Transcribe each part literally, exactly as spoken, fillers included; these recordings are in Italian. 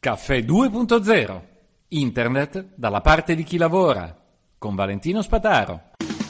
Caffè due punto zero. Internet dalla parte di chi lavora. Con Valentino Spataro.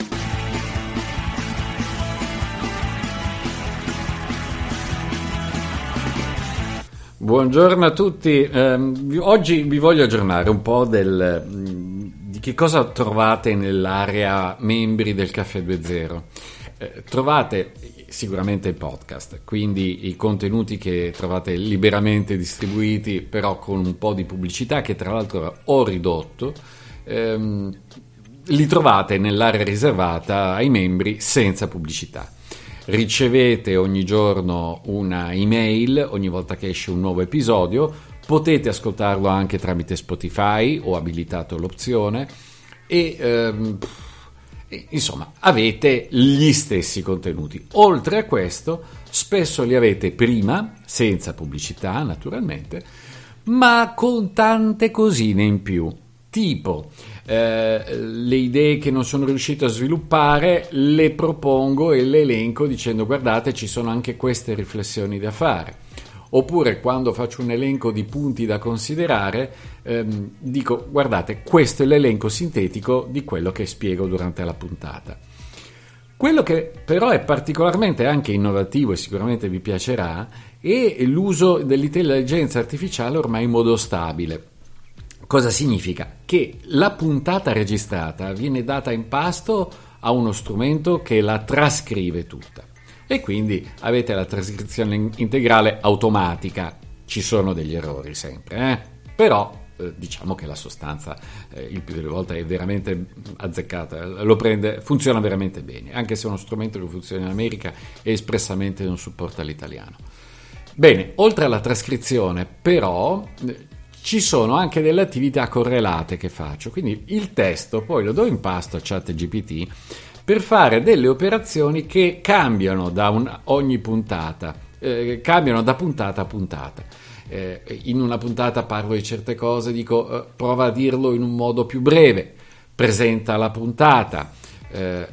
Buongiorno a tutti. Eh, oggi vi voglio aggiornare un po' del, di che cosa trovate nell'area membri del Caffè due punto zero. Eh, trovate sicuramente il podcast, quindi i contenuti che trovate liberamente distribuiti, però con un po' di pubblicità che tra l'altro ho ridotto. Ehm, li trovate nell'area riservata ai membri senza pubblicità. Ricevete ogni giorno una email ogni volta che esce un nuovo episodio, potete ascoltarlo anche tramite Spotify, ho abilitato l'opzione e ehm, insomma avete gli stessi contenuti. Oltre a questo spesso li avete prima, senza pubblicità naturalmente, ma con tante cosine in più, tipo eh, le idee che non sono riuscito a sviluppare le propongo e le elenco dicendo guardate ci sono anche queste riflessioni da fare. Oppure quando faccio un elenco di punti da considerare ehm, dico guardate questo è l'elenco sintetico di quello che spiego durante la puntata. Quello che però è particolarmente anche innovativo e sicuramente vi piacerà è l'uso dell'intelligenza artificiale ormai in modo stabile. Cosa significa? Che la puntata registrata viene data in pasto a uno strumento che la trascrive tutta. E quindi avete la trascrizione integrale automatica. Ci sono degli errori sempre, eh? Però eh, diciamo che la sostanza eh, il più delle volte è veramente azzeccata, lo prende, funziona veramente bene, anche se è uno strumento che funziona in America e espressamente non supporta l'italiano. Bene, oltre alla trascrizione però eh, ci sono anche delle attività correlate che faccio, quindi il testo poi lo do in pasto a ChatGPT per fare delle operazioni che cambiano da un, ogni puntata, eh, cambiano da puntata a puntata. Eh, in una puntata parlo di certe cose, dico eh, prova a dirlo in un modo più breve, presenta la puntata, eh,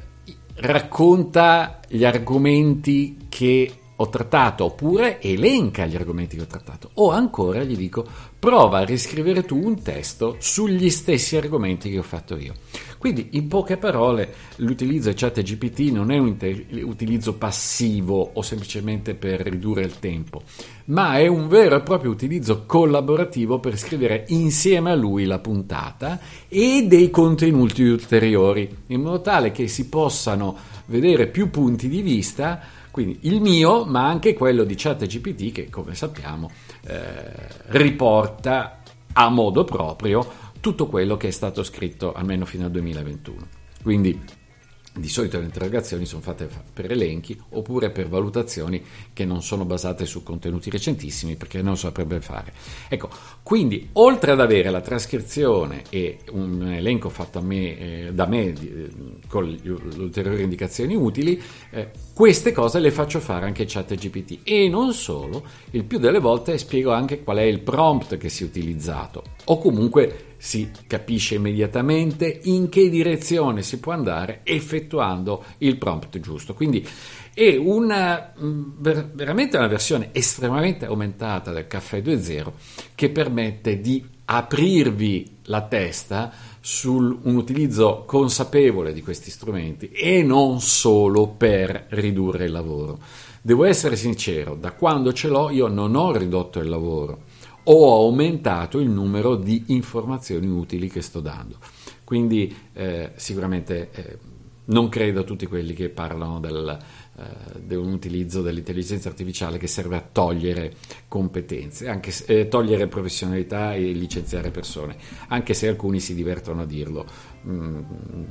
racconta gli argomenti che ho trattato, oppure elenca gli argomenti che ho trattato, o ancora gli dico prova a riscrivere tu un testo sugli stessi argomenti che ho fatto io. Quindi in poche parole l'utilizzo di ChatGPT non è un utilizzo passivo o semplicemente per ridurre il tempo, ma è un vero e proprio utilizzo collaborativo per scrivere insieme a lui la puntata e dei contenuti ulteriori, in modo tale che si possano vedere più punti di vista, quindi il mio ma anche quello di ChatGPT che come sappiamo eh, riporta a modo proprio tutto quello che è stato scritto almeno fino al duemilaventuno. Quindi di solito le interrogazioni sono fatte per elenchi oppure per valutazioni che non sono basate su contenuti recentissimi perché non saprebbe fare. Ecco, quindi oltre ad avere la trascrizione e un elenco fatto a me, eh, da me eh, con le ulteriori indicazioni utili, eh, queste cose le faccio fare anche ChatGPT e non solo, il più delle volte spiego anche qual è il prompt che si è utilizzato o comunque si capisce immediatamente in che direzione si può andare effettuando il prompt giusto. Quindi è una veramente una versione estremamente aumentata del Caffè due punto zero che permette di aprirvi la testa su un utilizzo consapevole di questi strumenti e non solo per ridurre il lavoro. Devo essere sincero, da quando ce l'ho io non ho ridotto il lavoro, ho aumentato il numero di informazioni utili che sto dando. Quindi eh, sicuramente eh, non credo a tutti quelli che parlano del, eh, di un utilizzo dell'intelligenza artificiale che serve a togliere competenze, anche se, eh, togliere professionalità e licenziare persone, anche se alcuni si divertono a dirlo. Mm,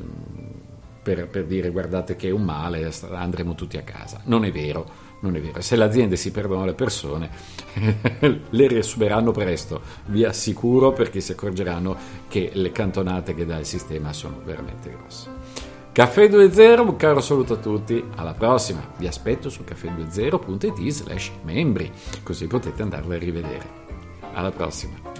Per, per dire guardate che è un male, andremo tutti a casa. Non è vero, non è vero. Se le aziende si perdono le persone le riassumeranno presto, vi assicuro, perché si accorgeranno che le cantonate che dà il sistema sono veramente grosse. Caffè due punto zero, un caro saluto a tutti, alla prossima, vi aspetto su caffè due zero punto it slash membri, così potete andarlo a rivedere. Alla prossima.